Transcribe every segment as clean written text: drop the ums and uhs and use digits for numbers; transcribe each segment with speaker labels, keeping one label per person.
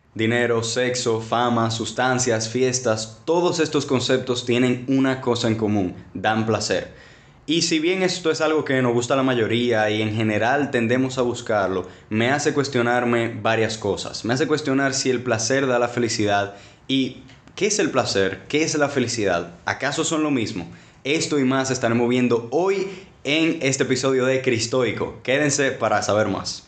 Speaker 1: Dinero, sexo, fama, sustancias, fiestas, todos estos conceptos tienen una cosa en común: dan placer. Y si bien esto es algo que nos gusta a la mayoría y en general tendemos a buscarlo, me hace cuestionarme varias cosas. Me hace cuestionar si el placer da la felicidad y ¿qué es el placer? ¿Qué es la felicidad? ¿Acaso son lo mismo? Esto y más estaremos viendo hoy en este episodio de Cristoico. Quédense para saber más.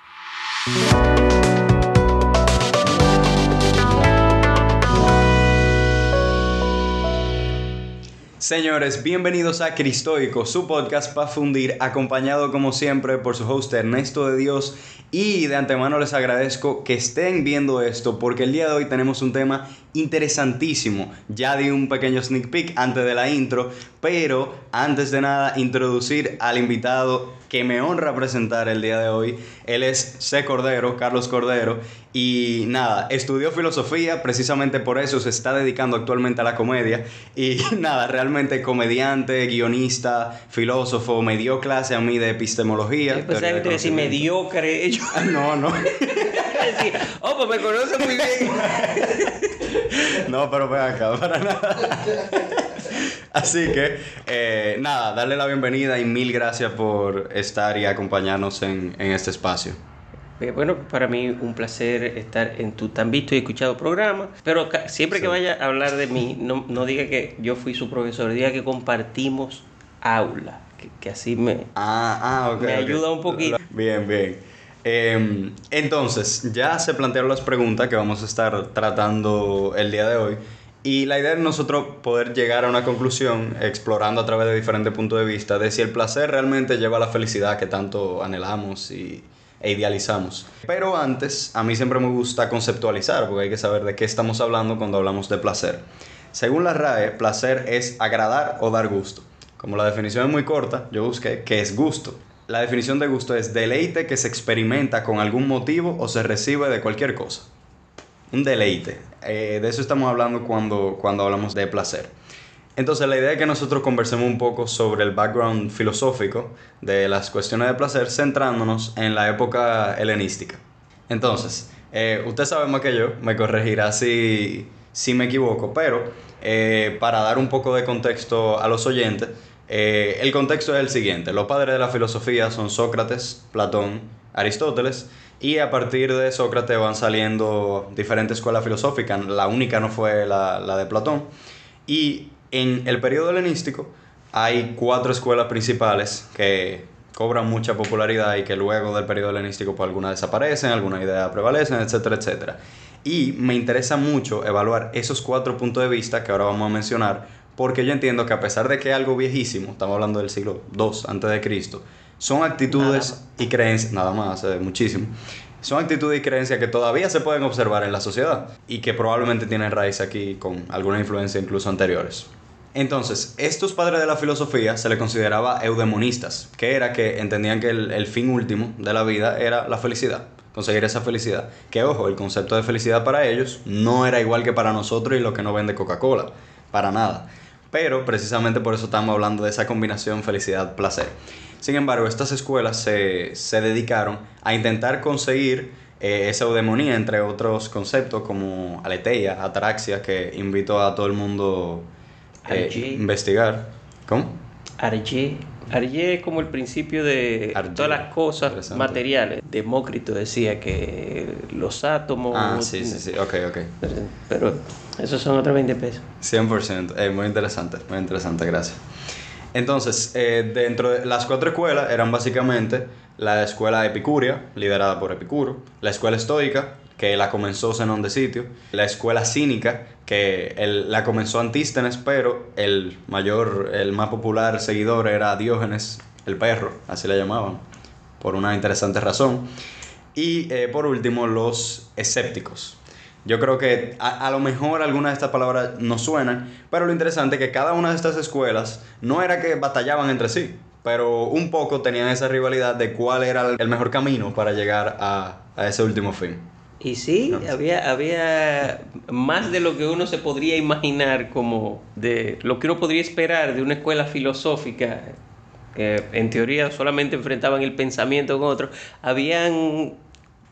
Speaker 1: Señores, bienvenidos a Cristoico, su podcast para fundir, acompañado como siempre por su host Ernesto de Dios. Y de antemano les agradezco que estén viendo esto porque el día de hoy tenemos un tema interesantísimo. Ya di un pequeño sneak peek antes de la intro, pero antes de nada introducir al invitado que me honra presentar el día de hoy. Él es C. Cordero, Carlos Cordero, y nada, estudió filosofía, precisamente por eso se está dedicando actualmente a la comedia. Y nada, realmente comediante, guionista, filósofo, me dio clase a mí de epistemología.
Speaker 2: Yo pensaba que te iba a decir mediocre.
Speaker 1: No.
Speaker 2: Decir, pues me conoce muy bien.
Speaker 1: No, pero ven acá, para nada. Así que, nada, darle la bienvenida y mil gracias por estar y acompañarnos en este espacio.
Speaker 2: Bueno, para mí un placer estar en tu tan visto y escuchado programa. Pero siempre que vaya a hablar de mí, no diga que yo fui su profesor, diga que compartimos aula. Que así me ayuda un poquito.
Speaker 1: Bien. Entonces, ya se plantearon las preguntas que vamos a estar tratando el día de hoy. Y la idea es nosotros poder llegar a una conclusión explorando a través de diferentes puntos de vista de si el placer realmente lleva a la felicidad que tanto anhelamos e idealizamos. Pero antes, a mí siempre me gusta conceptualizar porque hay que saber de qué estamos hablando cuando hablamos de placer. Según la RAE, placer es agradar o dar gusto. Como la definición es muy corta, yo busqué qué es gusto. La definición de gusto es deleite que se experimenta con algún motivo o se recibe de cualquier cosa. Un deleite. De eso estamos hablando cuando hablamos de placer. Entonces la idea es que nosotros conversemos un poco sobre el background filosófico de las cuestiones de placer, centrándonos en la época helenística. Entonces, usted sabe más que yo, me corregirá si me equivoco, pero para dar un poco de contexto a los oyentes, el contexto es el siguiente: los padres de la filosofía son Sócrates, Platón, Aristóteles, y a partir de Sócrates van saliendo diferentes escuelas filosóficas. La única no fue la de Platón. Y en el periodo helenístico hay 4 escuelas principales que cobran mucha popularidad y que luego del periodo helenístico pues algunas desaparecen, algunas ideas prevalecen, etcétera, etcétera. Y me interesa mucho evaluar esos 4 puntos de vista que ahora vamos a mencionar, porque yo entiendo que a pesar de que es algo viejísimo, estamos hablando del siglo II a.C., son actitudes y creencias, nada más, muchísimo. Son actitudes y creencias que todavía se pueden observar en la sociedad y que probablemente tienen raíz aquí con alguna influencia incluso anteriores. Entonces, estos padres de la filosofía se les consideraba eudemonistas, que era que entendían que el fin último de la vida era la felicidad, conseguir esa felicidad. Que ojo, el concepto de felicidad para ellos no era igual que para nosotros y lo que nos vende Coca-Cola, para nada. Pero precisamente por eso estamos hablando de esa combinación felicidad-placer. Sin embargo, estas escuelas se dedicaron a intentar conseguir esa eudemonía, entre otros conceptos como aletheia, ataraxia, que invito a todo el mundo a investigar. ¿Cómo?
Speaker 2: Arjé es como el principio de todas las cosas materiales. Demócrito decía que los átomos...
Speaker 1: Sí, ok.
Speaker 2: Pero esos son otros 20 pesos.
Speaker 1: 100%, muy interesante, gracias. Entonces, dentro de las 4 escuelas eran básicamente la escuela epicúrea, liderada por Epicuro, la escuela estoica, que la comenzó Zenón de Sitio, la escuela cínica, que la comenzó Antístenes, pero el más popular seguidor era Diógenes, el perro, así le llamaban, por una interesante razón. Y por último, los escépticos. Yo creo que a lo mejor algunas de estas palabras no suenan, pero lo interesante es que cada una de estas escuelas no era que batallaban entre sí, pero un poco tenían esa rivalidad de cuál era el mejor camino para llegar a ese último fin.
Speaker 2: Y sí, había más de lo que uno se podría imaginar, como de lo que uno podría esperar de una escuela filosófica que en teoría solamente enfrentaban el pensamiento con otros. Habían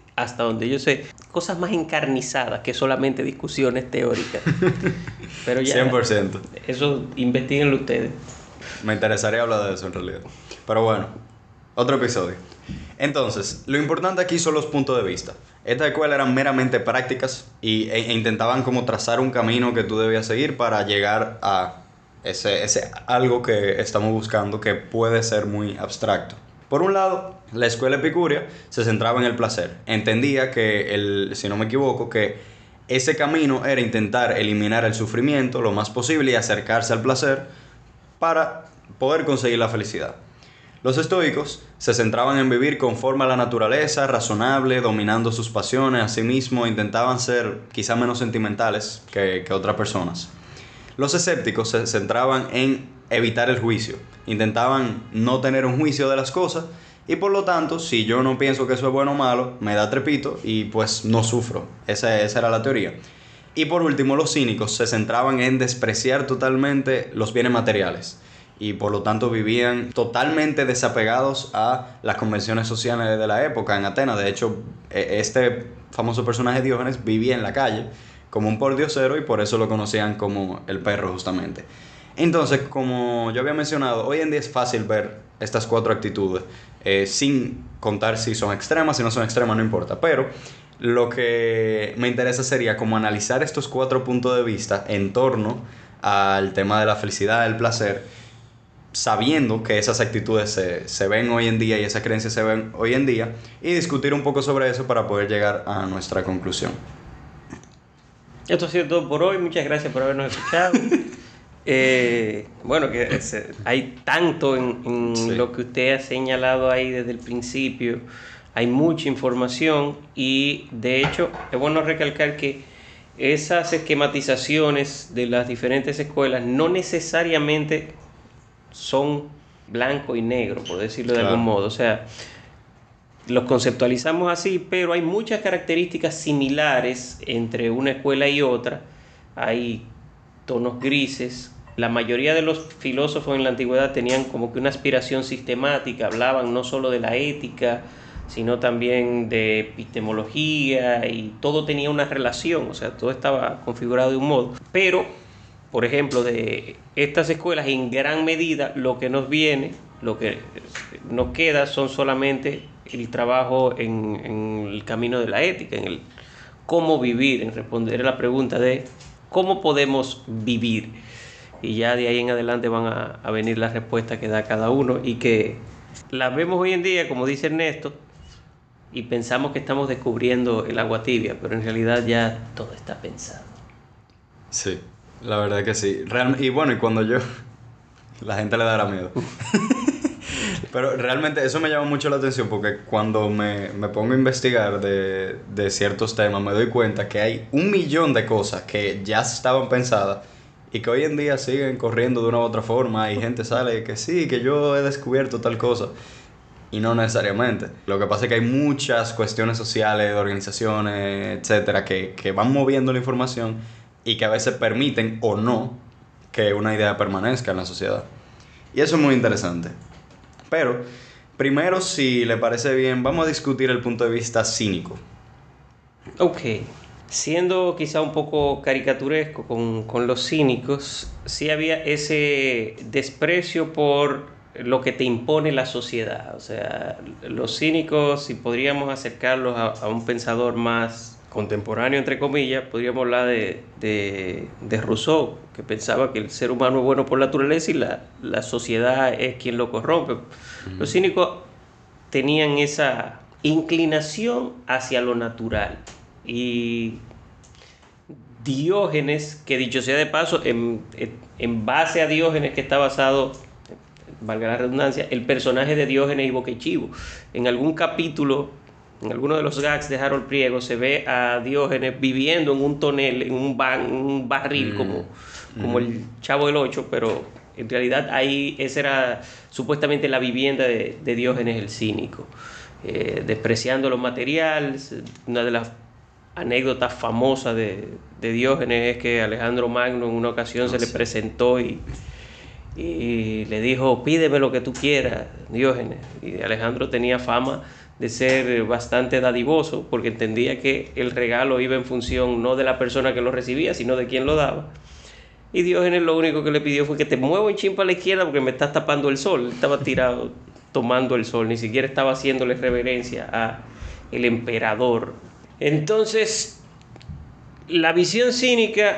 Speaker 2: hasta donde yo sé, cosas más encarnizadas que solamente discusiones teóricas. Pero ya,
Speaker 1: 100%.
Speaker 2: eso investiguenlo ustedes.
Speaker 1: Me interesaría hablar de eso en realidad. Pero bueno, otro episodio. Entonces, lo importante aquí son los puntos de vista. Estas escuelas eran meramente prácticas e intentaban como trazar un camino que tú debías seguir para llegar a ese algo que estamos buscando, que puede ser muy abstracto. Por un lado, la escuela epicúrea se centraba en el placer. Entendía que, si no me equivoco, que ese camino era intentar eliminar el sufrimiento lo más posible y acercarse al placer para poder conseguir la felicidad. Los estoicos se centraban en vivir conforme a la naturaleza, razonable, dominando sus pasiones, asimismo intentaban ser quizá menos sentimentales que otras personas. Los escépticos se centraban en evitar el juicio, intentaban no tener un juicio de las cosas y por lo tanto, si yo no pienso que eso es bueno o malo, me da trepito y pues no sufro. Esa era la teoría. Y por último, los cínicos se centraban en despreciar totalmente los bienes materiales y por lo tanto vivían totalmente desapegados a las convenciones sociales de la época en Atenas. De hecho, este famoso personaje Diógenes vivía en la calle como un pordiosero y por eso lo conocían como el perro justamente. Entonces, como yo había mencionado, hoy en día es fácil ver estas 4 actitudes sin contar si son extremas, si no son extremas, no importa. Pero lo que me interesa sería como analizar estos 4 puntos de vista en torno al tema de la felicidad, del placer, sabiendo que esas actitudes se ven hoy en día y esas creencias se ven hoy en día, y discutir un poco sobre eso para poder llegar a nuestra conclusión.
Speaker 2: Esto ha sido todo por hoy. Muchas gracias por habernos escuchado. Bueno, que hay tanto en
Speaker 1: Sí.
Speaker 2: lo que usted ha señalado ahí desde el principio. Hay mucha información y de hecho es bueno recalcar que esas esquematizaciones de las diferentes escuelas no necesariamente son blanco y negro, por decirlo de
Speaker 1: Claro.
Speaker 2: algún modo. O sea, los conceptualizamos así, pero hay muchas características similares entre una escuela y otra. Hay tonos grises. La mayoría de los filósofos en la antigüedad tenían como que una aspiración sistemática, hablaban no solo de la ética, sino también de epistemología, y todo tenía una relación, o sea, todo estaba configurado de un modo. Pero, por ejemplo, de estas escuelas, en gran medida, lo que nos queda son solamente el trabajo en el camino de la ética, en el cómo vivir, en responder a la pregunta de cómo podemos vivir. Y ya de ahí en adelante van a venir las respuestas que da cada uno y que las vemos hoy en día, como dice Ernesto, y pensamos que estamos descubriendo el agua tibia, pero en realidad ya todo está pensado.
Speaker 1: Sí, la verdad que sí. Y bueno, y cuando la gente le dará miedo. Pero realmente eso me llama mucho la atención porque cuando me pongo a investigar de ciertos temas me doy cuenta que hay 1.000.000 de cosas que ya estaban pensadas y que hoy en día siguen corriendo de una u otra forma y gente sale que sí, que yo he descubierto tal cosa. Y no necesariamente. Lo que pasa es que hay muchas cuestiones sociales, de organizaciones, etcétera, que van moviendo la información y que a veces permiten o no que una idea permanezca en la sociedad. Y eso es muy interesante. Pero, primero, si le parece bien, vamos a discutir el punto de vista cínico.
Speaker 2: Ok. Siendo quizá un poco caricaturesco con los cínicos, sí había ese desprecio por lo que te impone la sociedad. O sea, los cínicos, si podríamos acercarlos a un pensador más contemporáneo, entre comillas, podríamos hablar de Rousseau, que pensaba que el ser humano es bueno por naturaleza y la sociedad es quien lo corrompe. Los cínicos tenían esa inclinación hacia lo natural. Y Diógenes, que dicho sea de paso, en base a Diógenes, que está basado, valga la redundancia, el personaje de Diógenes y Boquechivo. En algún capítulo, en alguno de los gags de Harold Priego, se ve a Diógenes viviendo en un tonel, en un barril, como el Chavo del Ocho, pero en realidad ahí esa era supuestamente la vivienda de Diógenes el cínico. Despreciando los materiales. Una de las anécdotas famosas de Diógenes es que Alejandro Magno en una ocasión se le presentó y le dijo: pídeme lo que tú quieras, Diógenes. Y Alejandro tenía fama de ser bastante dadivoso, porque entendía que el regalo iba en función no de la persona que lo recibía, sino de quien lo daba. Y Diógenes lo único que le pidió fue que te mueva un chin para la izquierda porque me estás tapando el sol. Él estaba tirado tomando el sol, ni siquiera estaba haciéndole reverencia a el emperador. Entonces, la visión cínica,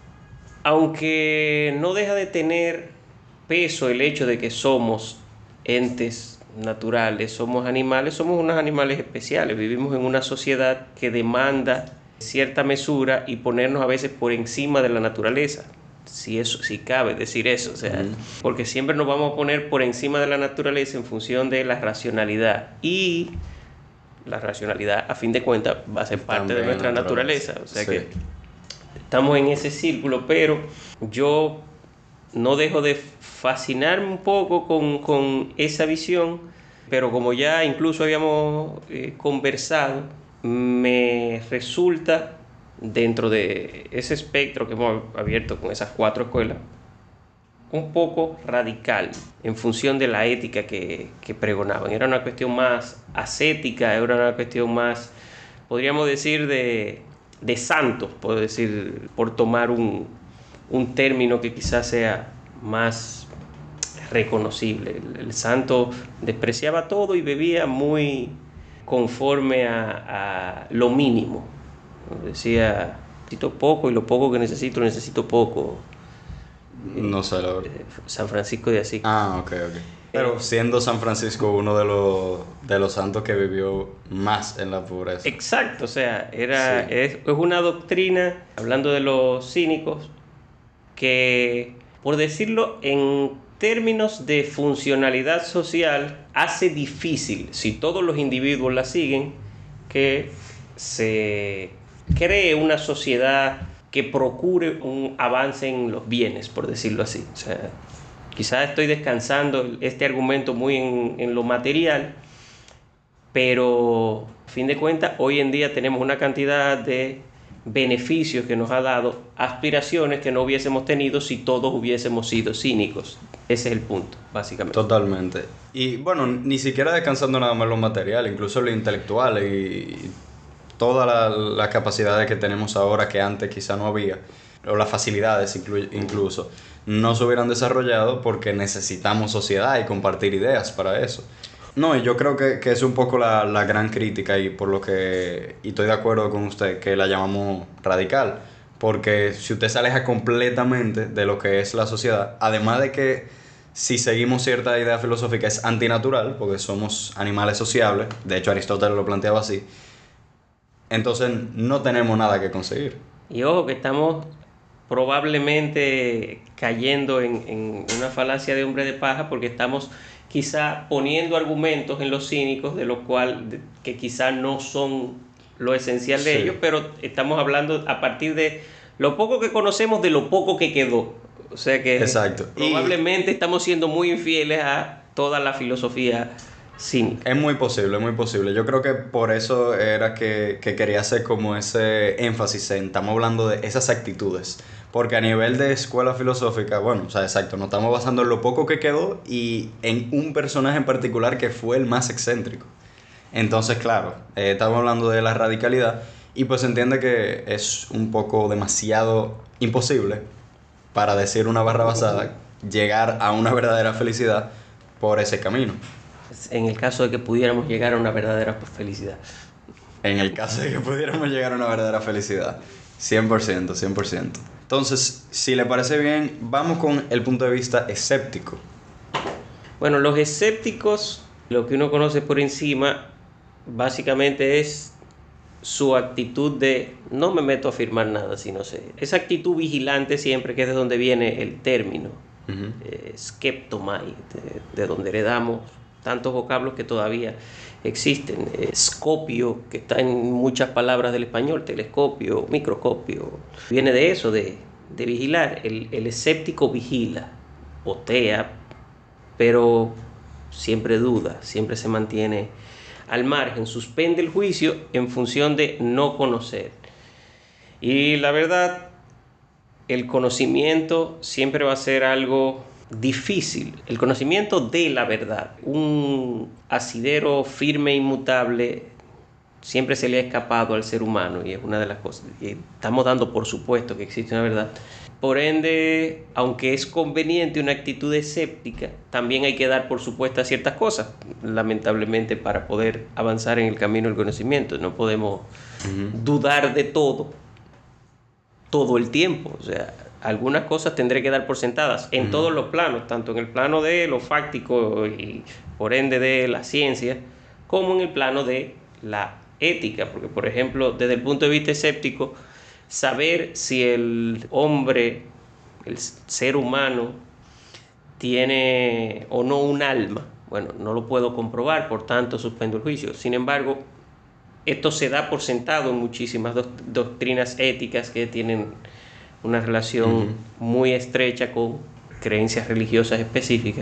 Speaker 2: aunque no deja de tener peso el hecho de que somos entes naturales, somos animales, somos unos animales especiales, vivimos en una sociedad que demanda cierta mesura y ponernos a veces por encima de la naturaleza, si cabe decir eso, o sea, porque siempre nos vamos a poner por encima de la naturaleza en función de la racionalidad, y la racionalidad a fin de cuentas va a ser parte también de nuestra naturaleza, o sea que estamos en ese círculo, pero yo no dejo de fascinarme un poco con esa visión, pero como ya incluso habíamos conversado, me resulta, dentro de ese espectro que hemos abierto con esas 4 escuelas, un poco radical en función de la ética que pregonaban. Era una cuestión más ascética, era una cuestión más, podríamos decir, de santos, puedo decir, por tomar un término que quizás sea más reconocible. El santo despreciaba todo y bebía muy conforme a lo mínimo. Decía, necesito poco y lo poco que necesito poco.
Speaker 1: No sé, la verdad.
Speaker 2: San Francisco de Asís.
Speaker 1: Ok. Pero siendo San Francisco uno de los santos que vivió más en la pobreza.
Speaker 2: Exacto, o sea, es una doctrina, hablando de los cínicos, que, por decirlo en términos de funcionalidad social, hace difícil, si todos los individuos la siguen, que se cree una sociedad que procure un avance en los bienes, por decirlo así. O sea, quizás estoy descansando este argumento muy en lo material, pero a fin de cuentas hoy en día tenemos una cantidad de beneficios que nos ha dado, aspiraciones que no hubiésemos tenido si todos hubiésemos sido cínicos. Ese es el punto, básicamente.
Speaker 1: Totalmente. Y bueno, ni siquiera descansando nada más en lo material, incluso en lo intelectual y todas las capacidades que tenemos ahora que antes quizá no había, o las facilidades incluso, no se hubieran desarrollado porque necesitamos sociedad y compartir ideas para eso. No, y yo creo que es un poco la gran crítica y por lo que, y estoy de acuerdo con usted, que la llamamos radical, porque si usted se aleja completamente de lo que es la sociedad, además de que si seguimos cierta idea filosófica es antinatural, porque somos animales sociables, de hecho Aristóteles lo planteaba así, entonces no tenemos nada que conseguir.
Speaker 2: Y ojo que estamos probablemente cayendo en una falacia de hombre de paja, porque estamos quizá poniendo argumentos en los cínicos de lo cual que quizá no son lo esencial de ellos, pero estamos hablando a partir de lo poco que conocemos de lo poco que quedó. O sea que
Speaker 1: exacto.
Speaker 2: Probablemente estamos siendo muy infieles a toda la filosofía cínica.
Speaker 1: Es muy posible, es muy posible. Yo creo que por eso era que quería hacer como ese énfasis en, estamos hablando de esas actitudes. Porque a nivel de escuela filosófica, bueno, o sea, exacto, nos estamos basando en lo poco que quedó y en un personaje en particular que fue el más excéntrico. Entonces, claro, estamos hablando de la radicalidad y pues se entiende que es un poco demasiado imposible, para decir una barra basada, llegar a una verdadera felicidad por ese camino.
Speaker 2: En el caso de que pudiéramos llegar a una verdadera felicidad.
Speaker 1: En el caso de que pudiéramos llegar a una verdadera felicidad. 100%, 100%. Entonces, si le parece bien, vamos con el punto de vista escéptico.
Speaker 2: Bueno, los escépticos, lo que uno conoce por encima, básicamente es su actitud de no me meto a afirmar nada si no sé. Esa actitud vigilante siempre, que es de donde viene el término, skeptomai, de donde heredamos tantos vocablos que todavía existen. Scopio, que está en muchas palabras del español, telescopio, microscopio, viene de eso, de vigilar. El escéptico vigila, otea, pero siempre duda, siempre se mantiene al margen, suspende el juicio en función de no conocer. Y la verdad, el conocimiento siempre va a ser algo difícil. El conocimiento de la verdad. Un asidero firme e inmutable siempre se le ha escapado al ser humano y es una de las cosas. Y estamos dando por supuesto que existe una verdad. Por ende, aunque es conveniente una actitud escéptica, también hay que dar por supuestas ciertas cosas, lamentablemente, para poder avanzar en el camino del conocimiento. No podemos dudar de todo el tiempo. O sea, algunas cosas tendré que dar por sentadas en todos los planos, tanto en el plano de lo fáctico y por ende de la ciencia, como en el plano de la ética. Porque, por ejemplo, desde el punto de vista escéptico, saber si el hombre, el ser humano, tiene o no un alma, bueno, no lo puedo comprobar, por tanto suspendo el juicio. Sin embargo, esto se da por sentado en muchísimas doctrinas éticas que tienen una relación muy estrecha con creencias religiosas específicas.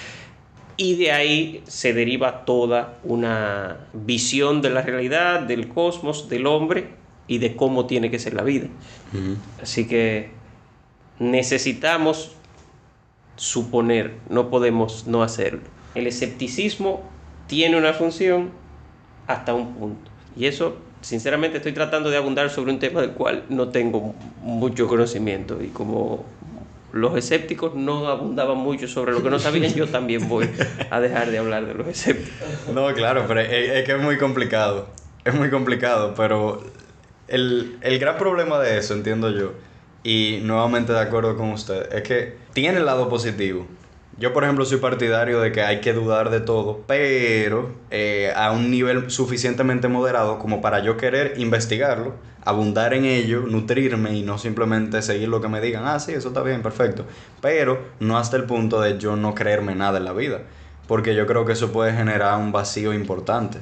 Speaker 2: Y de ahí se deriva toda una visión de la realidad, del cosmos, del hombre y de cómo tiene que ser la vida. Así que necesitamos suponer, no podemos no hacerlo. El escepticismo tiene una función hasta un punto. Y eso, sinceramente, estoy tratando de abundar sobre un tema del cual no tengo mucho conocimiento. Y como los escépticos no abundaban mucho sobre lo que no sabían, yo también voy a dejar de hablar de los escépticos.
Speaker 1: No, claro, pero es que es muy complicado. Es muy complicado, pero el gran problema de eso, entiendo yo, y nuevamente de acuerdo con usted, es que tiene el lado positivo. Yo, por ejemplo, soy partidario de que hay que dudar de todo, pero a un nivel suficientemente moderado como para yo querer investigarlo, abundar en ello, nutrirme y no simplemente seguir lo que me digan. Ah, sí, eso está bien, perfecto. Pero no hasta el punto de yo no creerme nada en la vida, porque yo creo que eso puede generar un vacío importante.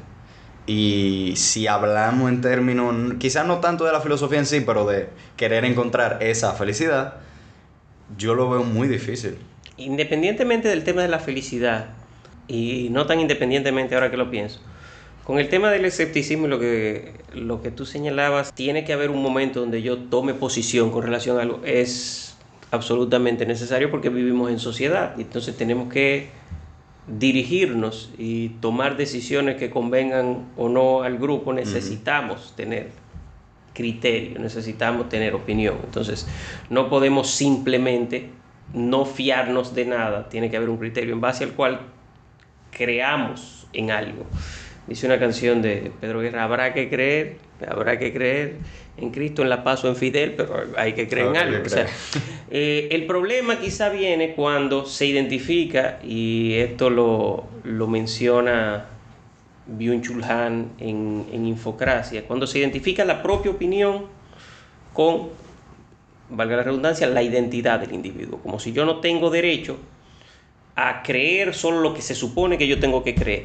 Speaker 1: Y si hablamos en términos, quizás no tanto de la filosofía en sí, pero de querer encontrar esa felicidad, yo lo veo muy difícil.
Speaker 2: Independientemente del tema de la felicidad, y no tan independientemente ahora que lo pienso, con el tema del escepticismo y lo que tú señalabas, tiene que haber un momento donde yo tome posición con relación a algo. Es absolutamente necesario porque vivimos en sociedad y entonces tenemos que dirigirnos y tomar decisiones que convengan o no al grupo. Necesitamos tener criterio, necesitamos tener opinión. Entonces no podemos simplemente no fiarnos de nada, tiene que haber un criterio en base al cual creamos en algo. Dice una canción de Pedro Guerra: habrá que creer en Cristo, en la paz o en Fidel, pero hay que creer en algo. O sea, el problema quizá viene cuando se identifica, y esto lo menciona Byung-Chul Han en Infocracia, cuando se identifica la propia opinión con, valga la redundancia, la identidad del individuo, como si yo no tengo derecho a creer solo lo que se supone que yo tengo que creer,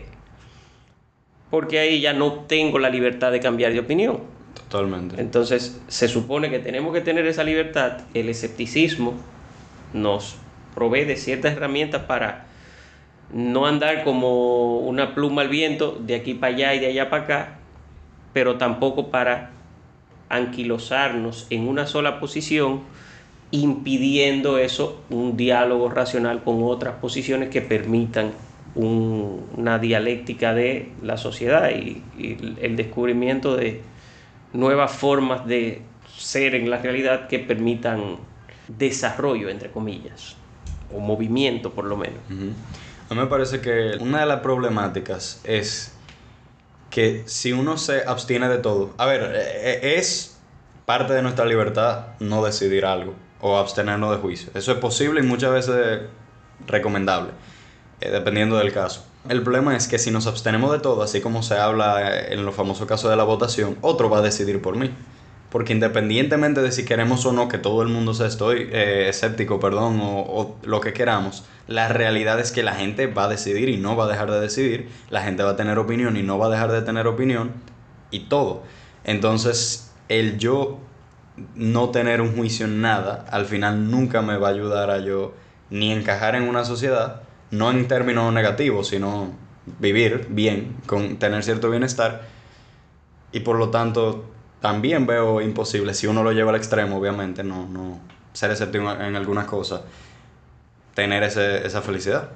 Speaker 2: porque ahí ya no tengo la libertad de cambiar de opinión.
Speaker 1: Totalmente.
Speaker 2: Entonces se supone que tenemos que tener esa libertad. El escepticismo nos provee de ciertas herramientas para no andar como una pluma al viento de aquí para allá y de allá para acá, pero tampoco para anquilosarnos en una sola posición, impidiendo eso un diálogo racional con otras posiciones que permitan una dialéctica de la sociedad y el descubrimiento de nuevas formas de ser en la realidad que permitan desarrollo, entre comillas, o movimiento por lo menos.
Speaker 1: A mí me parece que una de las problemáticas es que si uno se abstiene de todo, a ver, es parte de nuestra libertad no decidir algo o abstenernos de juicio. Eso es posible y muchas veces recomendable, dependiendo del caso. El problema es que si nos abstenemos de todo, así como se habla en los famosos casos de la votación, otro va a decidir por mí. Porque independientemente de si queremos o no que todo el mundo sea escéptico, perdón, o lo que queramos, la realidad es que la gente va a decidir y no va a dejar de decidir, la gente va a tener opinión y no va a dejar de tener opinión, y todo. Entonces, el yo no tener un juicio en nada, al final nunca me va a ayudar a yo ni encajar en una sociedad, no en términos negativos, sino vivir bien, con tener cierto bienestar, y por lo tanto también veo imposible, si uno lo lleva al extremo, obviamente, no ser escéptico en algunas cosas, tener esa felicidad.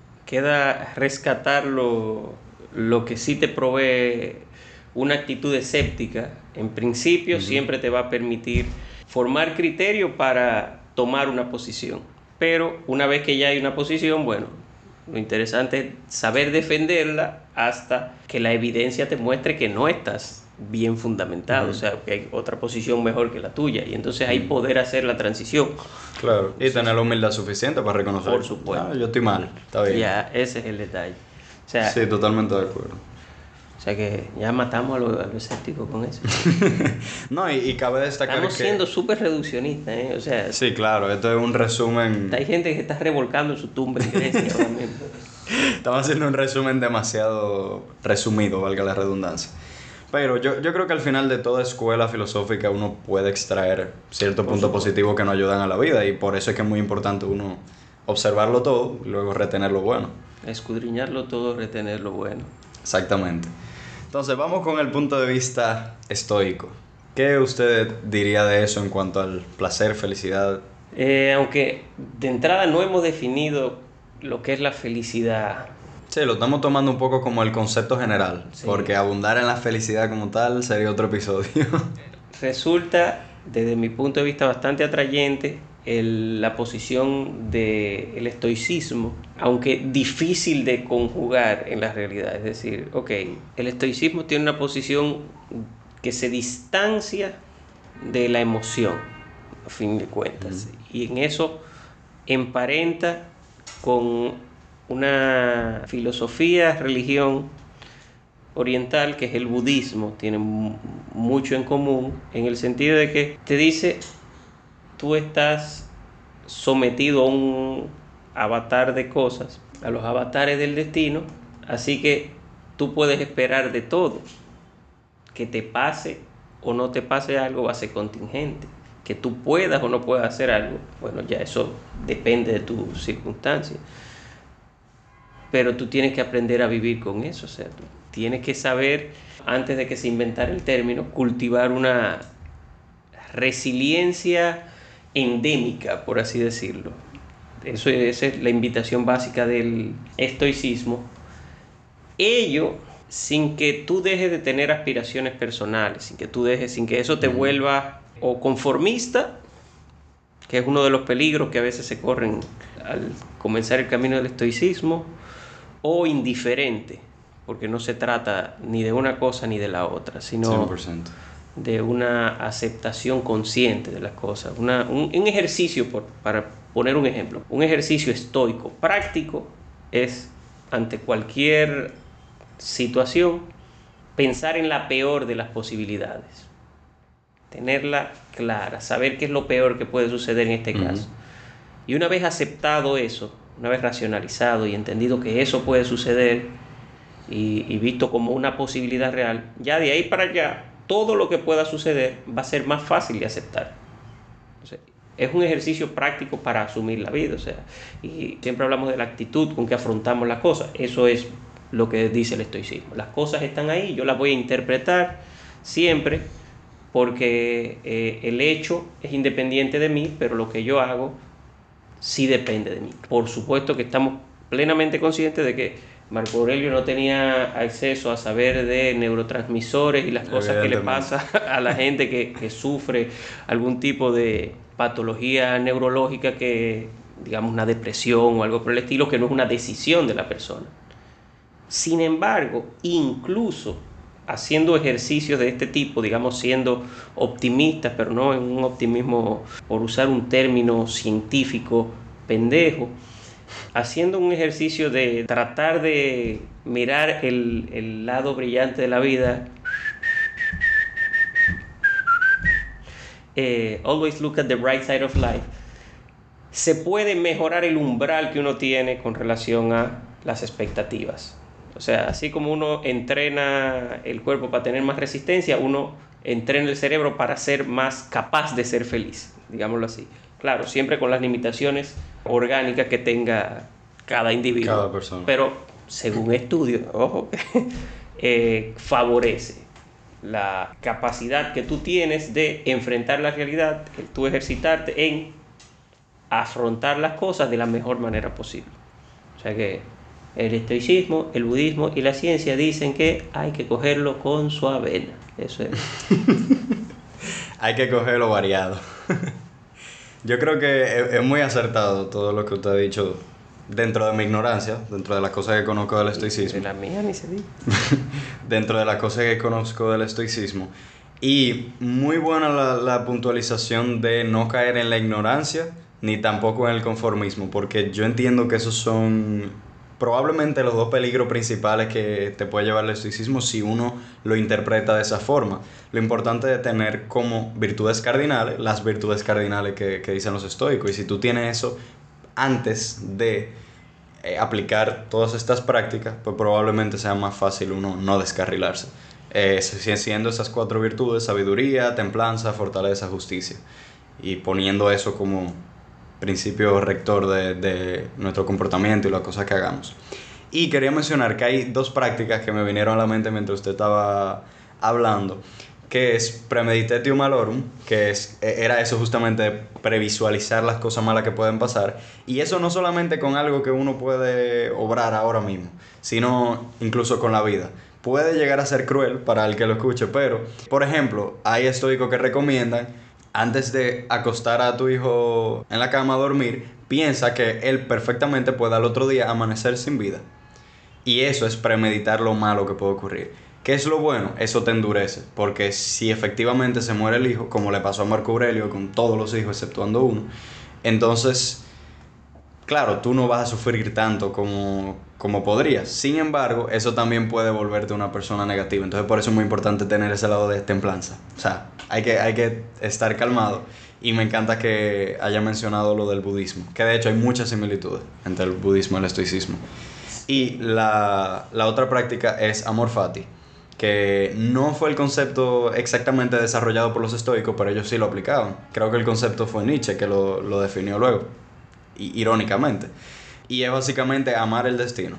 Speaker 2: Queda rescatar lo que sí te provee una actitud escéptica. En principio, siempre te va a permitir formar criterio para tomar una posición. Pero una vez que ya hay una posición, bueno, lo interesante es saber defenderla hasta que la evidencia te muestre que no estás bien fundamentado, o sea, que hay otra posición mejor que la tuya, y entonces ahí poder hacer la transición.
Speaker 1: Claro, y tener la humildad suficiente para reconocer.
Speaker 2: Por supuesto.
Speaker 1: Yo estoy mal, está bien.
Speaker 2: Ya, ese es el detalle. O sea,
Speaker 1: Sí, totalmente de acuerdo.
Speaker 2: o sea que ya matamos a lo escéptico con eso.
Speaker 1: No, y cabe destacar
Speaker 2: Estamos
Speaker 1: que...
Speaker 2: siendo súper reduccionistas, ¿eh? O sea,
Speaker 1: Sí, claro, esto es un resumen...
Speaker 2: hay gente que se está revolcando en su tumba en Grecia ahora mismo.
Speaker 1: Estamos haciendo un resumen demasiado resumido, valga la redundancia. Pero yo creo que al final de toda escuela filosófica uno puede extraer ciertos puntos positivos que nos ayudan a la vida, y por eso es que es muy importante uno observarlo todo y luego retener lo bueno.
Speaker 2: Escudriñarlo todo, retener lo bueno.
Speaker 1: Exactamente. Entonces vamos con el punto de vista estoico. ¿Qué usted diría de eso en cuanto al placer, felicidad?
Speaker 2: Aunque de entrada no hemos definido lo que es la felicidad.
Speaker 1: Sí, lo estamos tomando un poco como el concepto general,
Speaker 2: Sí.
Speaker 1: porque abundar en la felicidad como tal sería otro episodio.
Speaker 2: Resulta, desde mi punto de vista, bastante atrayente la posición del estoicismo, aunque difícil de conjugar en la realidad. Es decir, ok, el estoicismo tiene una posición que se distancia de la emoción, a fin de cuentas, y en eso emparenta con una filosofía, religión oriental, que es el budismo. Tiene mucho en común en el sentido de que te dice: tú estás sometido a un avatar de cosas, a los avatares del destino, así que tú puedes esperar de todo. Que te pase o no te pase algo va a ser contingente. Que tú puedas o no puedas hacer algo, bueno, ya eso depende de tus circunstancias. Pero tú tienes que aprender a vivir con eso, o sea, tú tienes que saber, antes de que se inventara el término, cultivar una resiliencia endémica, por así decirlo. Esa es la invitación básica del estoicismo. Ello sin que tú dejes de tener aspiraciones personales, sin que eso te vuelva o conformista, que es uno de los peligros que a veces se corren al comenzar el camino del estoicismo, o indiferente, porque no se trata ni de una cosa ni de la otra, sino
Speaker 1: 100%.
Speaker 2: de una aceptación consciente de las cosas. Un ejercicio, para poner un ejemplo, un ejercicio estoico práctico es, ante cualquier situación, pensar en la peor de las posibilidades, tenerla clara, saber qué es lo peor que puede suceder en este caso. Y una vez aceptado eso, una vez racionalizado y entendido que eso puede suceder y visto como una posibilidad real, ya de ahí para allá, todo lo que pueda suceder va a ser más fácil de aceptar. O sea, es un ejercicio práctico para asumir la vida. O sea, y siempre hablamos de la actitud con que afrontamos las cosas. Eso es lo que dice el estoicismo. Las cosas están ahí, yo las voy a interpretar siempre, porque el hecho es independiente de mí, pero lo que yo hago sí depende de mí. Por supuesto que estamos plenamente conscientes de que Marco Aurelio no tenía acceso a saber de neurotransmisores y las cosas que le pasa a la gente que sufre algún tipo de patología neurológica, que, digamos, una depresión o algo por el estilo, que no es una decisión de la persona. Sin embargo, incluso haciendo ejercicios de este tipo, digamos, siendo optimistas, pero no en un optimismo, por usar un término científico pendejo, haciendo un ejercicio de tratar de mirar el lado brillante de la vida, always look at the bright side of life, se puede mejorar el umbral que uno tiene con relación a las expectativas. O sea, así como uno entrena el cuerpo para tener más resistencia, uno entrena el cerebro para ser más capaz de ser feliz, digámoslo así. Claro, siempre con las limitaciones orgánicas que tenga cada individuo.
Speaker 1: Cada persona.
Speaker 2: Pero según estudios, ojo, favorece la capacidad que tú tienes de enfrentar la realidad, el tú ejercitarte en afrontar las cosas de la mejor manera posible. O sea que el estoicismo, el budismo y la ciencia dicen que hay que cogerlo con su avena. Eso es.
Speaker 1: Hay que cogerlo variado. Yo creo que es muy acertado todo lo que usted ha dicho dentro de mi ignorancia, dentro de las cosas que conozco del estoicismo.
Speaker 2: De la mía ni se dice.
Speaker 1: Dentro de las cosas que conozco del estoicismo. Y muy buena la puntualización de no caer en la ignorancia ni tampoco en el conformismo, porque yo entiendo que esos son probablemente los dos peligros principales que te puede llevar el estoicismo si uno lo interpreta de esa forma. Lo importante es tener como virtudes cardinales, las virtudes cardinales que dicen los estoicos, y si tú tienes eso antes de aplicar todas estas prácticas, pues probablemente sea más fácil uno no descarrilarse. Siendo esas 4 virtudes: sabiduría, templanza, fortaleza, justicia, y poniendo eso como principio rector de nuestro comportamiento y las cosas que hagamos. Y quería mencionar que hay 2 prácticas que me vinieron a la mente mientras usted estaba hablando, que es premeditatio malorum, que era eso justamente, previsualizar las cosas malas que pueden pasar, y eso no solamente con algo que uno puede obrar ahora mismo, sino incluso con la vida. Puede llegar a ser cruel para el que lo escuche, pero, por ejemplo, hay estoicos que recomiendan, antes de acostar a tu hijo en la cama a dormir, piensa que él perfectamente puede al otro día amanecer sin vida. Y eso es premeditar lo malo que puede ocurrir. ¿Qué es lo bueno? Eso te endurece, porque si efectivamente se muere el hijo, como le pasó a Marco Aurelio con todos los hijos exceptuando uno, entonces, claro, tú no vas a sufrir tanto como podrías. Sin embargo, eso también puede volverte una persona negativa. Entonces, por eso es muy importante tener ese lado de templanza. O sea, hay que estar calmado. Y me encanta que haya mencionado lo del budismo, que de hecho hay muchas similitudes entre el budismo y el estoicismo. Y la otra práctica es amor fati, que no fue el concepto exactamente desarrollado por los estoicos, pero ellos sí lo aplicaban. Creo que el concepto fue Nietzsche que lo definió luego, irónicamente. Y es básicamente amar el destino.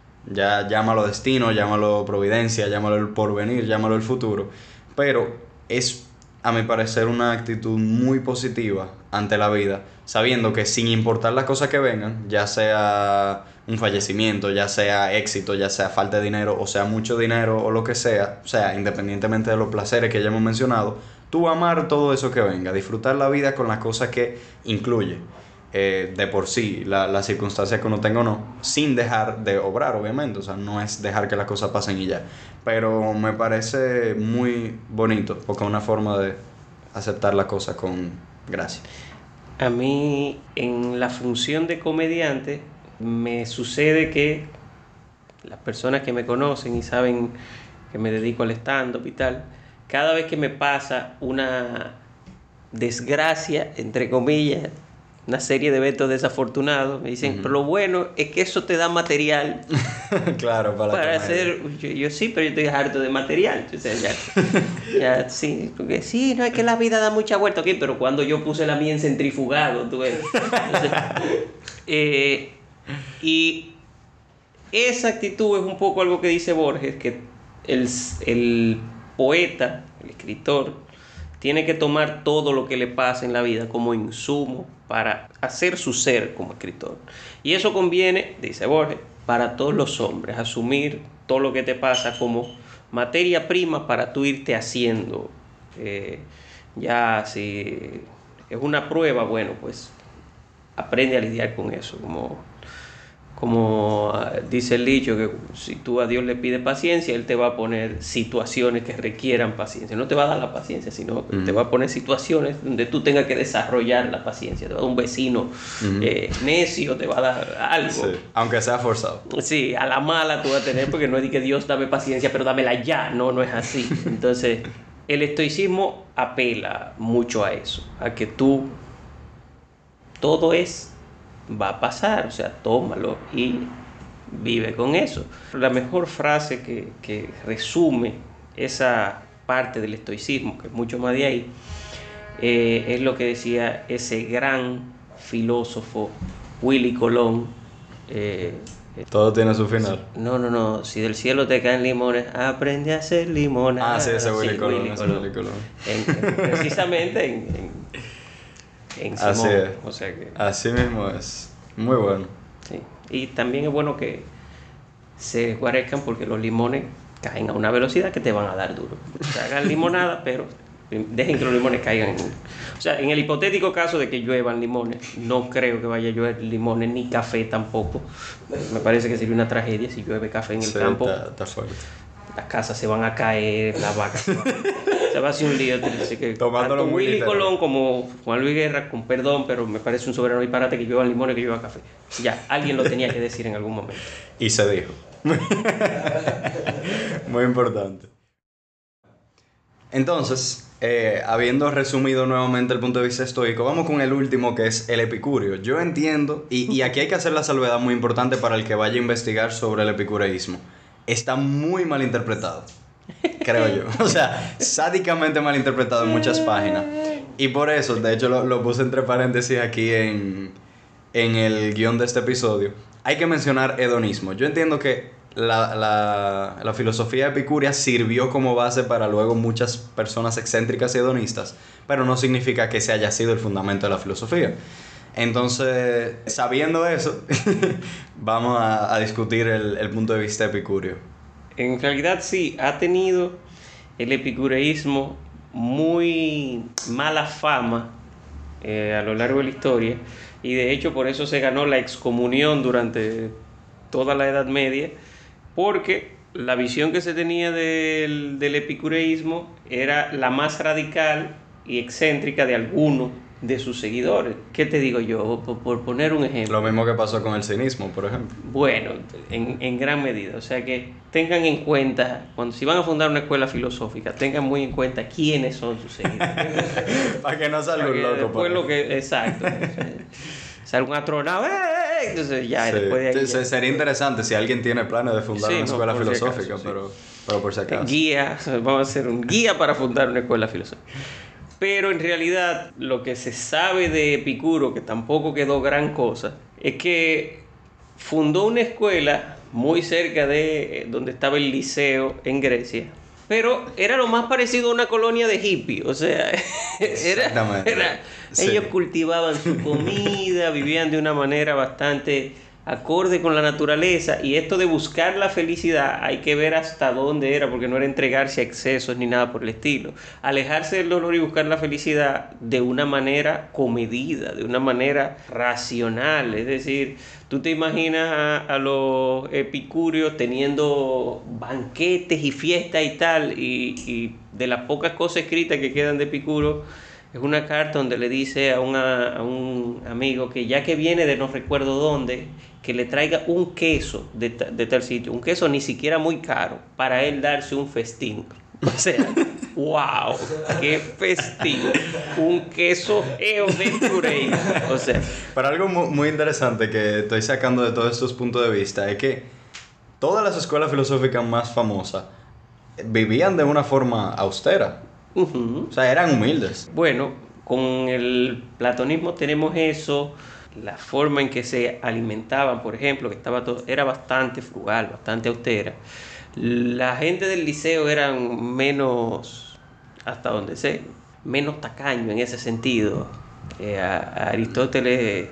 Speaker 1: Ya llámalo destino, llámalo providencia, llámalo el porvenir, llámalo el futuro. Pero es, a mi parecer, una actitud muy positiva ante la vida, sabiendo que sin importar las cosas que vengan, ya sea un fallecimiento, ya sea éxito, ya sea falta de dinero, o sea mucho dinero o lo que sea, o sea, independientemente de los placeres que ya hemos mencionado, tú amar todo eso que venga, disfrutar la vida con las cosas que incluye. De por sí, la circunstancia que uno tenga o no, sin dejar de obrar, obviamente. O sea, no es dejar que las cosas pasen y ya. Pero me parece muy bonito, porque es una forma de aceptar las cosas con gracia.
Speaker 2: A mí, en la función de comediante, me sucede que las personas que me conocen y saben que me dedico al stand-up y tal, cada vez que me pasa una desgracia, entre comillas, una serie de eventos desafortunados, me dicen, pero lo bueno es que eso te da material
Speaker 1: Claro,
Speaker 2: para hacer. Yo sí, pero yo estoy harto de material. O sea, ya sí, porque sí, no es que la vida da mucha vuelta, ok, pero cuando yo puse la mía en centrifugado, tú ves. Entonces, y esa actitud es un poco algo que dice Borges, que el poeta, el escritor, tiene que tomar todo lo que le pasa en la vida como insumo para hacer su ser como escritor. Y eso conviene, dice Borges, para todos los hombres, asumir todo lo que te pasa como materia prima para tú irte haciendo. Ya si es una prueba, bueno, pues aprende a lidiar con eso, como dice el dicho, que si tú a Dios le pides paciencia, Él te va a poner situaciones que requieran paciencia. No te va a dar la paciencia, sino que te va a poner situaciones donde tú tengas que desarrollar la paciencia. Te va a dar un vecino necio, te va a dar algo.
Speaker 1: Sí, aunque sea forzado.
Speaker 2: Sí, a la mala tú vas a tener, porque no es de que Dios dame paciencia, pero dámela ya. No es así. Entonces, el estoicismo apela mucho a eso, a que tú todo va a pasar, o sea, tómalo y vive con eso. La mejor frase que resume esa parte del estoicismo, que es mucho más de ahí, es lo que decía ese gran filósofo Willy Colón.
Speaker 1: Todo tiene su final.
Speaker 2: No, si del cielo te caen limones, aprende a hacer limones.
Speaker 1: Sí, ese Willy Colón.
Speaker 2: Precisamente en Simón.
Speaker 1: Así es.
Speaker 2: O sea que,
Speaker 1: Así mismo es. Muy bueno.
Speaker 2: sí. Y también es bueno que se guarezcan porque los limones caen a una velocidad que te van a dar duro. O sea, hagan limonada, pero dejen que los limones caigan. O sea, en el hipotético caso de que lluevan limones, no creo que vaya a llover limones ni café tampoco. Me parece que sería una tragedia si llueve café en el campo.
Speaker 1: Está fuerte.
Speaker 2: Las casas se van a caer, las vacas se va a hacer un lío. Así que
Speaker 1: Tomándolo
Speaker 2: tanto
Speaker 1: muy
Speaker 2: Willy
Speaker 1: literal.
Speaker 2: Colón como Juan Luis Guerra, con perdón, pero me parece un soberano disparate que lluevan limones, que llueva café. Ya, alguien lo tenía que decir en algún momento.
Speaker 1: Y se dijo. Muy importante. Entonces, habiendo resumido nuevamente el punto de vista estoico, vamos con el último, que es el epicurio. Yo entiendo, y aquí hay que hacer la salvedad muy importante para el que vaya a investigar sobre el epicureísmo. Está muy mal interpretado, creo yo. O sea, sádicamente mal interpretado en muchas páginas. Y por eso, de hecho, lo puse entre paréntesis aquí en el guión de este episodio. Hay que mencionar hedonismo. Yo entiendo que la filosofía epicúrea sirvió como base para luego muchas personas excéntricas y hedonistas, pero no significa que ese haya sido el fundamento de la filosofía. Entonces, sabiendo eso, vamos a discutir el punto de vista epicúreo.
Speaker 2: En realidad sí, ha tenido el epicureísmo muy mala fama a lo largo de la historia, y de hecho por eso se ganó la excomunión durante toda la Edad Media, porque la visión que se tenía del epicureísmo era la más radical y excéntrica de algunos de sus seguidores. ¿Qué te digo yo? Por poner un ejemplo.
Speaker 1: Lo mismo que pasó con el cinismo, por ejemplo.
Speaker 2: Bueno, en gran medida. O sea que tengan en cuenta, cuando si van a fundar una escuela filosófica, tengan muy en cuenta quiénes son sus seguidores.
Speaker 1: Para que no salga un loco.
Speaker 2: Después lo que, exacto. Salga un astronauta, entonces ya,
Speaker 1: Sí.
Speaker 2: después de ahí.
Speaker 1: Sí, sería interesante si alguien tiene planes de fundar
Speaker 2: Sí,
Speaker 1: una
Speaker 2: no,
Speaker 1: escuela
Speaker 2: por si
Speaker 1: filosófica,
Speaker 2: acaso,
Speaker 1: pero por si acaso.
Speaker 2: Guía, vamos a hacer un guía para fundar una escuela filosófica. Pero en realidad lo que se sabe de Epicuro, que tampoco quedó gran cosa, es que fundó una escuela muy cerca de donde estaba el Liceo en Grecia, pero era lo más parecido a una colonia de hippies. O sea,
Speaker 1: Exactamente. Sí.
Speaker 2: ellos cultivaban su comida, vivían de una manera bastante acorde con la naturaleza, y esto de buscar la felicidad hay que ver hasta dónde era, porque no era entregarse a excesos ni nada por el estilo. Alejarse del dolor y buscar la felicidad de una manera comedida, de una manera racional. Es decir, tú te imaginas a los epicúreos teniendo banquetes y fiestas y tal, y de las pocas cosas escritas que quedan de Epicuro es una carta donde le dice a un amigo que ya que viene de no recuerdo dónde, que le traiga un queso de tal sitio, un queso ni siquiera muy caro, para él darse un festín. O sea, wow, qué festín, un queso epicureíno. O sea,
Speaker 1: Pero algo muy interesante que estoy sacando de todos estos puntos de vista es que todas las escuelas filosóficas más famosas vivían de una forma austera.
Speaker 2: uh-huh.
Speaker 1: O sea, eran humildes.
Speaker 2: Bueno, con el platonismo tenemos eso, la forma en que se alimentaban, por ejemplo, que estaba todo, era bastante frugal, bastante austera. La gente del liceo eran menos, hasta donde sé, menos tacaño en ese sentido. A Aristóteles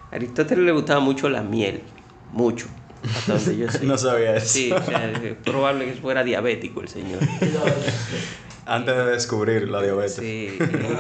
Speaker 2: le gustaba mucho la miel, mucho, hasta donde yo sé.
Speaker 1: No sabía eso.
Speaker 2: Sí, o sea, es probable que fuera diabético el señor.
Speaker 1: Antes de descubrir la diabetes.
Speaker 2: Sí,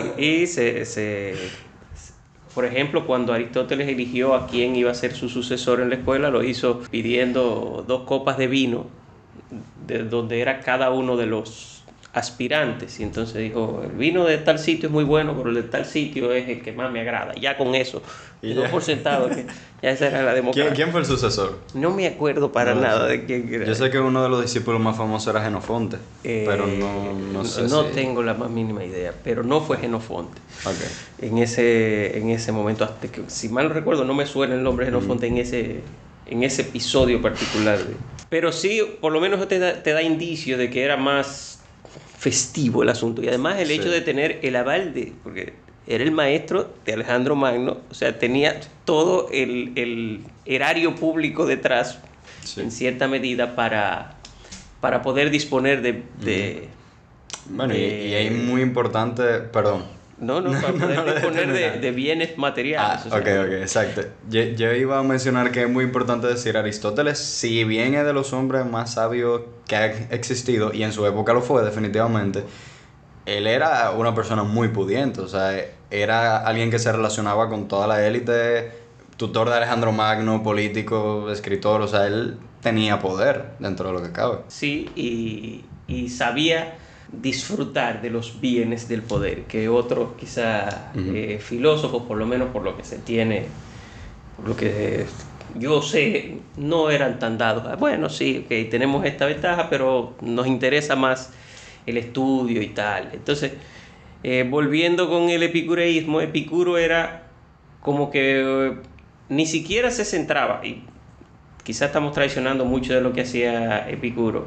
Speaker 2: por ejemplo, cuando Aristóteles eligió a quién iba a ser su sucesor en la escuela, lo hizo pidiendo 2 copas de vino, de donde era cada uno de los aspirantes, y entonces dijo, el vino de tal sitio es muy bueno, pero el de tal sitio es el que más me agrada. Ya con eso,
Speaker 1: Y
Speaker 2: dio
Speaker 1: ya.
Speaker 2: por sentado que ya esa era la democracia.
Speaker 1: ¿Quién fue el sucesor?
Speaker 2: No me acuerdo para
Speaker 1: No
Speaker 2: nada
Speaker 1: sé.
Speaker 2: de quién era.
Speaker 1: Yo sé que uno de los discípulos más famosos era Genofonte, pero no sé
Speaker 2: no
Speaker 1: si...
Speaker 2: tengo la más mínima idea, pero no fue Genofonte.
Speaker 1: Okay.
Speaker 2: En ese momento, hasta que, si mal no recuerdo, no me suena el nombre de Genofonte en ese episodio particular. Pero sí, por lo menos te da indicio de que era más festivo el asunto. Y además el hecho de tener el aval porque era el maestro de Alejandro Magno, o sea, tenía todo el erario público detrás, en cierta medida, para poder disponer
Speaker 1: Bueno, y es muy importante, perdón,
Speaker 2: No, para poder disponer de bienes materiales.
Speaker 1: Ok, exacto. Yo iba a mencionar que es muy importante decir, Aristóteles, si bien es de los hombres más sabios que ha existido, y en su época lo fue definitivamente, él era una persona muy pudiente, o sea, era alguien que se relacionaba con toda la élite, tutor de Alejandro Magno, político, escritor, o sea, él tenía poder dentro de lo que cabe.
Speaker 2: Sí, y sabía disfrutar de los bienes del poder, que otros quizá filósofos, por lo menos por lo que se tiene, por lo que yo sé, no eran tan dados. Bueno, sí, ok, tenemos esta ventaja, pero nos interesa más el estudio y tal. Entonces, volviendo con el epicureísmo, Epicuro era como que ni siquiera se centraba, y quizás estamos traicionando mucho de lo que hacía Epicuro,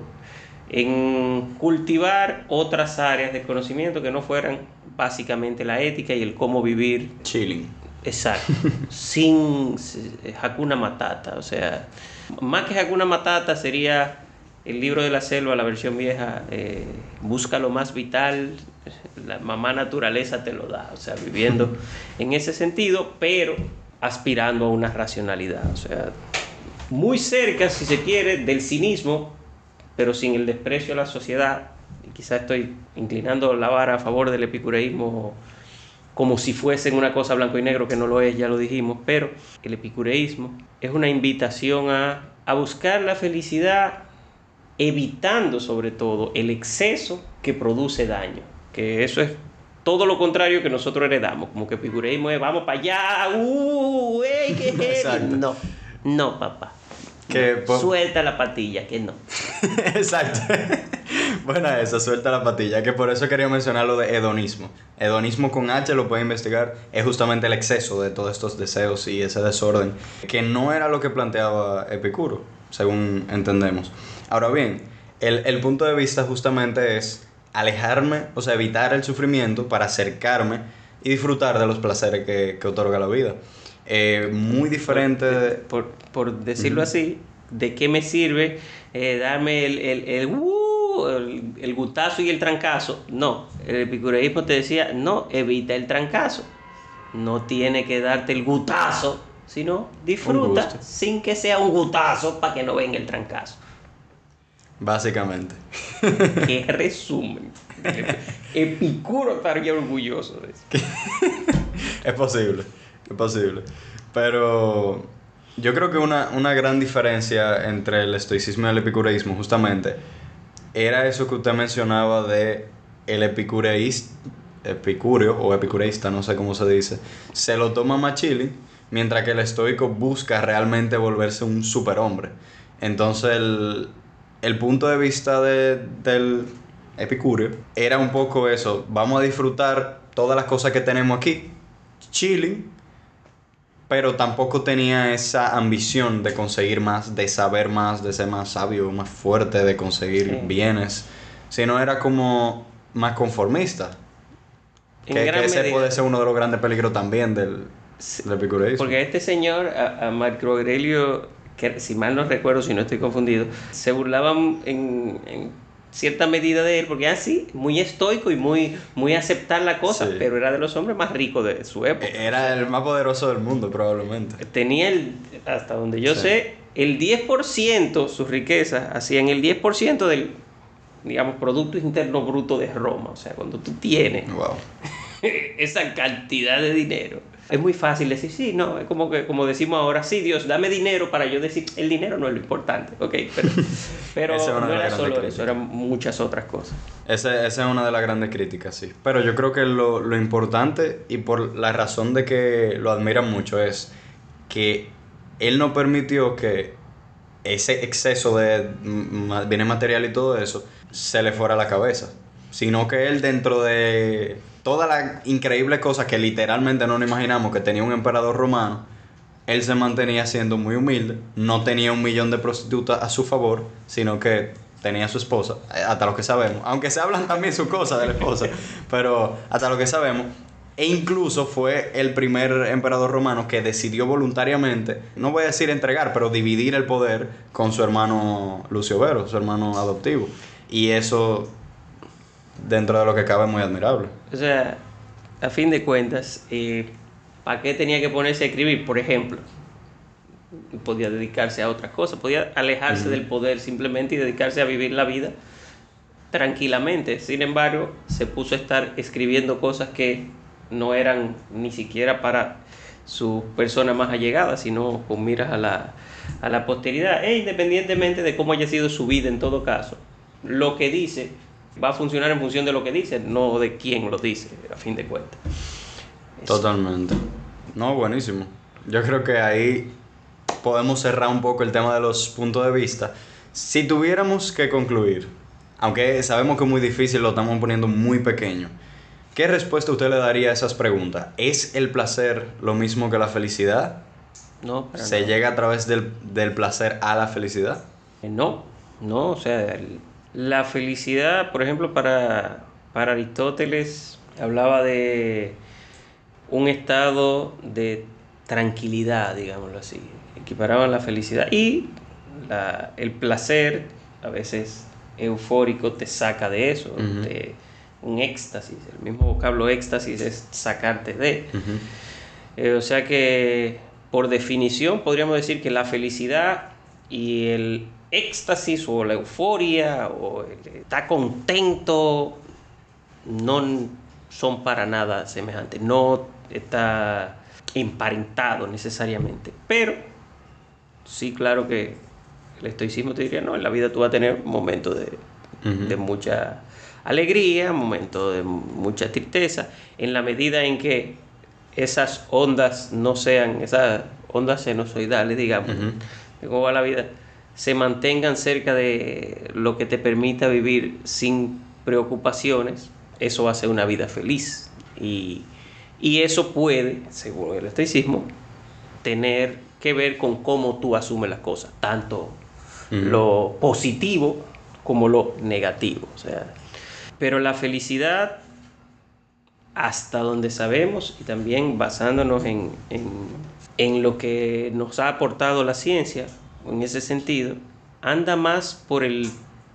Speaker 2: en cultivar otras áreas de conocimiento que no fueran básicamente la ética y el cómo vivir.
Speaker 1: Chilling.
Speaker 2: Exacto. Sin Hakuna Matata. O sea, más que Hakuna Matata sería el libro de la selva, la versión vieja. Busca lo más vital, la mamá naturaleza te lo da. O sea, viviendo en ese sentido, pero aspirando a una racionalidad. O sea, muy cerca, si se quiere, del cinismo, pero sin el desprecio a la sociedad. Y quizás estoy inclinando la vara a favor del epicureísmo como si fuesen una cosa blanco y negro, que no lo es, ya lo dijimos, pero el epicureísmo es una invitación a buscar la felicidad, evitando sobre todo el exceso que produce daño, que eso es todo lo contrario que nosotros heredamos, como que epicureísmo es vamos para allá, ¿qué es? No, papá. Suelta la patilla, que no.
Speaker 1: Exacto. Bueno, eso, suelta la patilla. Que por eso quería mencionar lo de hedonismo. Hedonismo con H, lo pueden investigar. Es justamente el exceso de todos estos deseos y ese desorden. Que no era lo que planteaba Epicuro, según entendemos. Ahora bien, el punto de vista justamente es alejarme, o sea, evitar el sufrimiento para acercarme y disfrutar de los placeres que otorga la vida. Muy diferente
Speaker 2: por decirlo así, ¿de qué me sirve darme el gutazo y el trancazo? No, el epicureísmo te decía, no, evita el trancazo, no tiene que darte el gutazo, sino disfruta sin que sea un gutazo para que no venga el trancazo.
Speaker 1: Básicamente.
Speaker 2: Qué resumen. Epicuro estaría orgulloso de eso.
Speaker 1: Es posible. Pero yo creo que una gran diferencia entre el estoicismo y el epicureísmo justamente era eso que usted mencionaba de el epicúreo o epicureísta, no sé cómo se dice, se lo toma más chilling, mientras que el estoico busca realmente volverse un superhombre. Entonces el punto de vista del epicúreo era un poco eso, vamos a disfrutar todas las cosas que tenemos aquí, chilling, pero tampoco tenía esa ambición de conseguir más, de saber más, de ser más sabio, más fuerte, de conseguir bienes, sino era como más conformista. Que ese puede ser uno de los grandes peligros también del epicureísmo.
Speaker 2: Porque este señor, a Marco Aurelio, que si mal no recuerdo, si no estoy confundido, se burlaban en cierta medida de él, porque así, muy estoico y muy aceptar la cosa, sí. Pero era de los hombres más ricos de su época.
Speaker 1: Era el más poderoso del mundo, probablemente.
Speaker 2: Tenía, hasta donde yo sé, el 10%, sus riquezas, hacían el 10% del, digamos, Producto Interno Bruto de Roma. O sea, cuando tú tienes esa cantidad de dinero, es muy fácil decir, sí, no, es como que, como decimos ahora, sí, Dios, dame dinero para yo decir, el dinero no es lo importante, ok, pero no era solo eso, eran muchas otras cosas.
Speaker 1: Esa es una de las grandes críticas, sí. Pero yo creo que lo importante, y por la razón de que lo admiran mucho, es que él no permitió que ese exceso de bienes materiales y todo eso se le fuera a la cabeza, sino que él, dentro de todas las increíbles cosas que literalmente no nos imaginamos que tenía un emperador romano, él se mantenía siendo muy humilde, no tenía 1 millón de prostitutas a su favor, sino que tenía a su esposa, hasta lo que sabemos, aunque se hablan también sus cosas de la esposa, pero hasta lo que sabemos. E incluso fue el primer emperador romano que decidió voluntariamente, no voy a decir entregar, pero dividir el poder con su hermano Lucio Vero, su hermano adoptivo. Y eso, dentro de lo que cabe, es muy admirable.
Speaker 2: O sea, a fin de cuentas, ¿para qué tenía que ponerse a escribir? Por ejemplo, podía dedicarse a otras cosas, podía alejarse del poder simplemente y dedicarse a vivir la vida tranquilamente. Sin embargo, se puso a estar escribiendo cosas que no eran ni siquiera para sus personas más allegadas, sino con miras a la posteridad. E independientemente de cómo haya sido su vida en todo caso, lo que dice va a funcionar en función de lo que dice, no de quién lo dice, a fin de cuentas.
Speaker 1: Totalmente. No, buenísimo. Yo creo que ahí podemos cerrar un poco el tema de los puntos de vista. Si tuviéramos que concluir, aunque sabemos que es muy difícil, lo estamos poniendo muy pequeño, ¿qué respuesta usted le daría a esas preguntas? ¿Es el placer lo mismo que la felicidad?
Speaker 2: No, para
Speaker 1: ¿Se
Speaker 2: nada.
Speaker 1: llega a través del placer a la felicidad?
Speaker 2: No, o sea, la felicidad, por ejemplo, para Aristóteles, hablaba de un estado de tranquilidad, digámoslo así. Equiparaban la felicidad y el placer, a veces eufórico, te saca de eso, un éxtasis. El mismo vocablo éxtasis es sacarte de. O sea que, por definición, podríamos decir que la felicidad y el éxtasis o la euforia o el estar contento no son para nada semejantes, no está emparentado necesariamente, pero sí, claro que el estoicismo te diría, no, en la vida tú vas a tener momentos de mucha alegría, momentos de mucha tristeza, en la medida en que esas ondas no sean, esas ondas sinusoidales, digamos, de cómo va la vida, se mantengan cerca de lo que te permita vivir sin preocupaciones, eso va a ser una vida feliz. Y eso puede, según el estoicismo, tener que ver con cómo tú asumes las cosas, tanto lo positivo como lo negativo. O sea, pero la felicidad, hasta donde sabemos, y también basándonos en lo que nos ha aportado la ciencia, en ese sentido, anda más por el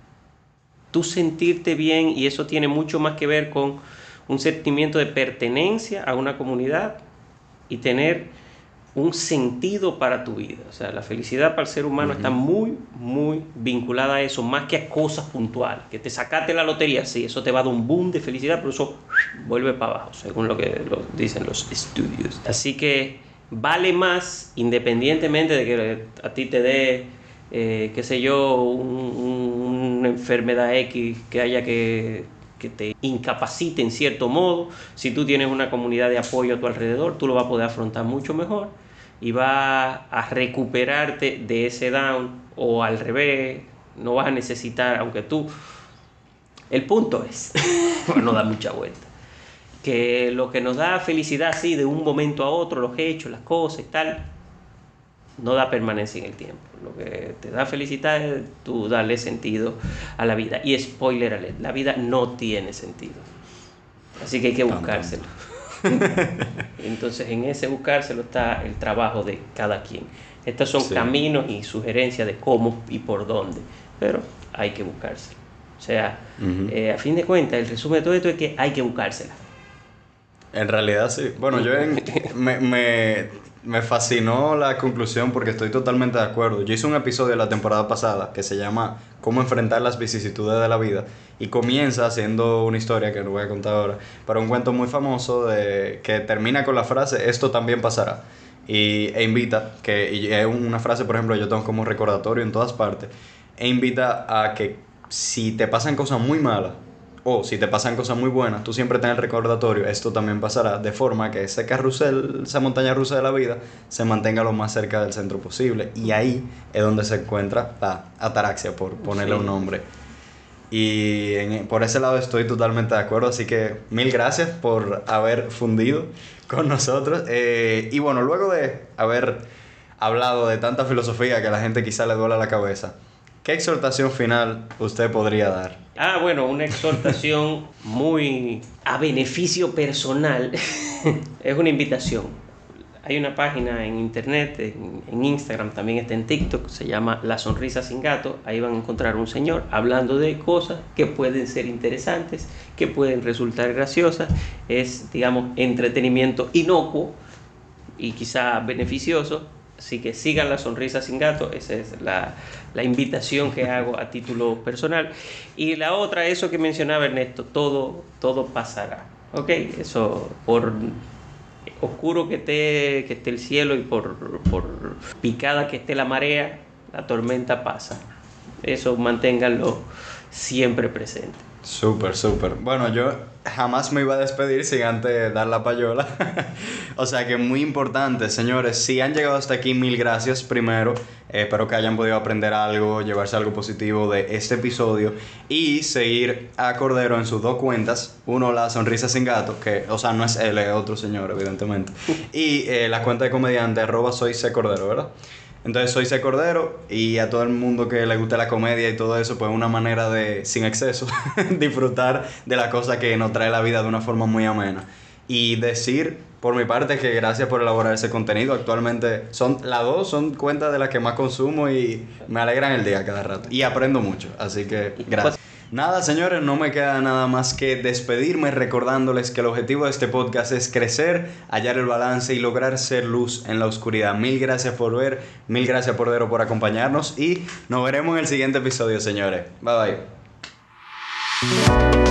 Speaker 2: tú sentirte bien, y eso tiene mucho más que ver con un sentimiento de pertenencia a una comunidad y tener un sentido para tu vida. O sea, la felicidad para el ser humano está muy, muy vinculada a eso, más que a cosas puntuales. Que te sacaste la lotería, sí, eso te va a dar un boom de felicidad, pero eso vuelve para abajo, según lo que dicen los estudios. Así que vale más, independientemente de que a ti te dé, qué sé yo, una enfermedad X que haya que te incapacite en cierto modo. Si tú tienes una comunidad de apoyo a tu alrededor, tú lo vas a poder afrontar mucho mejor y vas a recuperarte de ese down, o al revés, no vas a necesitar, aunque tú... El punto es, no da mucha vuelta, que lo que nos da felicidad, sí, de un momento a otro, los hechos, las cosas y tal, no da permanencia en el tiempo. Lo que te da felicidad es tú darle sentido a la vida. Y spoiler alert, la vida no tiene sentido. Así que hay que buscárselo. Entonces, en ese buscárselo está el trabajo de cada quien. Estos son caminos y sugerencias de cómo y por dónde, pero hay que buscárselo. O sea, a fin de cuentas, el resumen de todo esto es que hay que buscársela.
Speaker 1: En realidad sí. Bueno, me fascinó la conclusión porque estoy totalmente de acuerdo. Yo hice un episodio la temporada pasada que se llama Cómo enfrentar las vicisitudes de la vida, y comienza haciendo una historia que no voy a contar ahora, pero un cuento muy famoso que termina con la frase "esto también pasará", e invita, y es una frase, por ejemplo, yo tengo como recordatorio en todas partes, e invita a que si te pasan cosas muy malas o si te pasan cosas muy buenas, tú siempre tenés el recordatorio, esto también pasará, de forma que ese carrusel, esa montaña rusa de la vida, se mantenga lo más cerca del centro posible. Y ahí es donde se encuentra la ataraxia, por ponerle un nombre. Y por ese lado estoy totalmente de acuerdo, así que mil gracias por haber fundido con nosotros. Y bueno, luego de haber hablado de tanta filosofía que a la gente quizá le duele la cabeza, ¿qué exhortación final usted podría dar?
Speaker 2: Bueno, una exhortación muy a beneficio personal. Es una invitación Hay una página en internet, en Instagram, también está en TikTok, se llama La Sonrisa Sin Gato. Ahí van a encontrar un señor hablando de cosas que pueden ser interesantes, que pueden resultar graciosas. Es, digamos, entretenimiento inocuo y quizá beneficioso. Así que sigan La Sonrisa Sin Gato. Esa es la invitación que hago a título personal. Y la otra, eso que mencionaba Ernesto, todo pasará. ¿Ok? Eso por oscuro que esté el cielo y por picada que esté la marea, la tormenta pasa. Eso manténganlo siempre presente.
Speaker 1: Súper, súper. Bueno, yo jamás me iba a despedir sin antes dar la payola. O sea que muy importante, señores. Si han llegado hasta aquí, mil gracias primero. Espero que hayan podido aprender algo, llevarse algo positivo de este episodio y seguir a Cordero en sus dos cuentas. Uno, La Sonrisa Sin Gato, que, o sea, no es él, es otro señor, evidentemente. Y la cuenta de comediante, @soyccordero, ¿verdad? Entonces soy C. Cordero y a todo el mundo que le guste la comedia y todo eso, pues una manera de, sin exceso, disfrutar de la cosa que nos trae la vida de una forma muy amena. Y decir, por mi parte, que gracias por elaborar ese contenido. Actualmente las dos son cuentas de las que más consumo y me alegran el día cada rato. Y aprendo mucho, así que gracias. Nada, señores, no me queda nada más que despedirme recordándoles que el objetivo de este podcast es crecer, hallar el balance y lograr ser luz en la oscuridad. Mil gracias por ver, mil gracias Cordero por acompañarnos y nos veremos en el siguiente episodio, señores. Bye bye.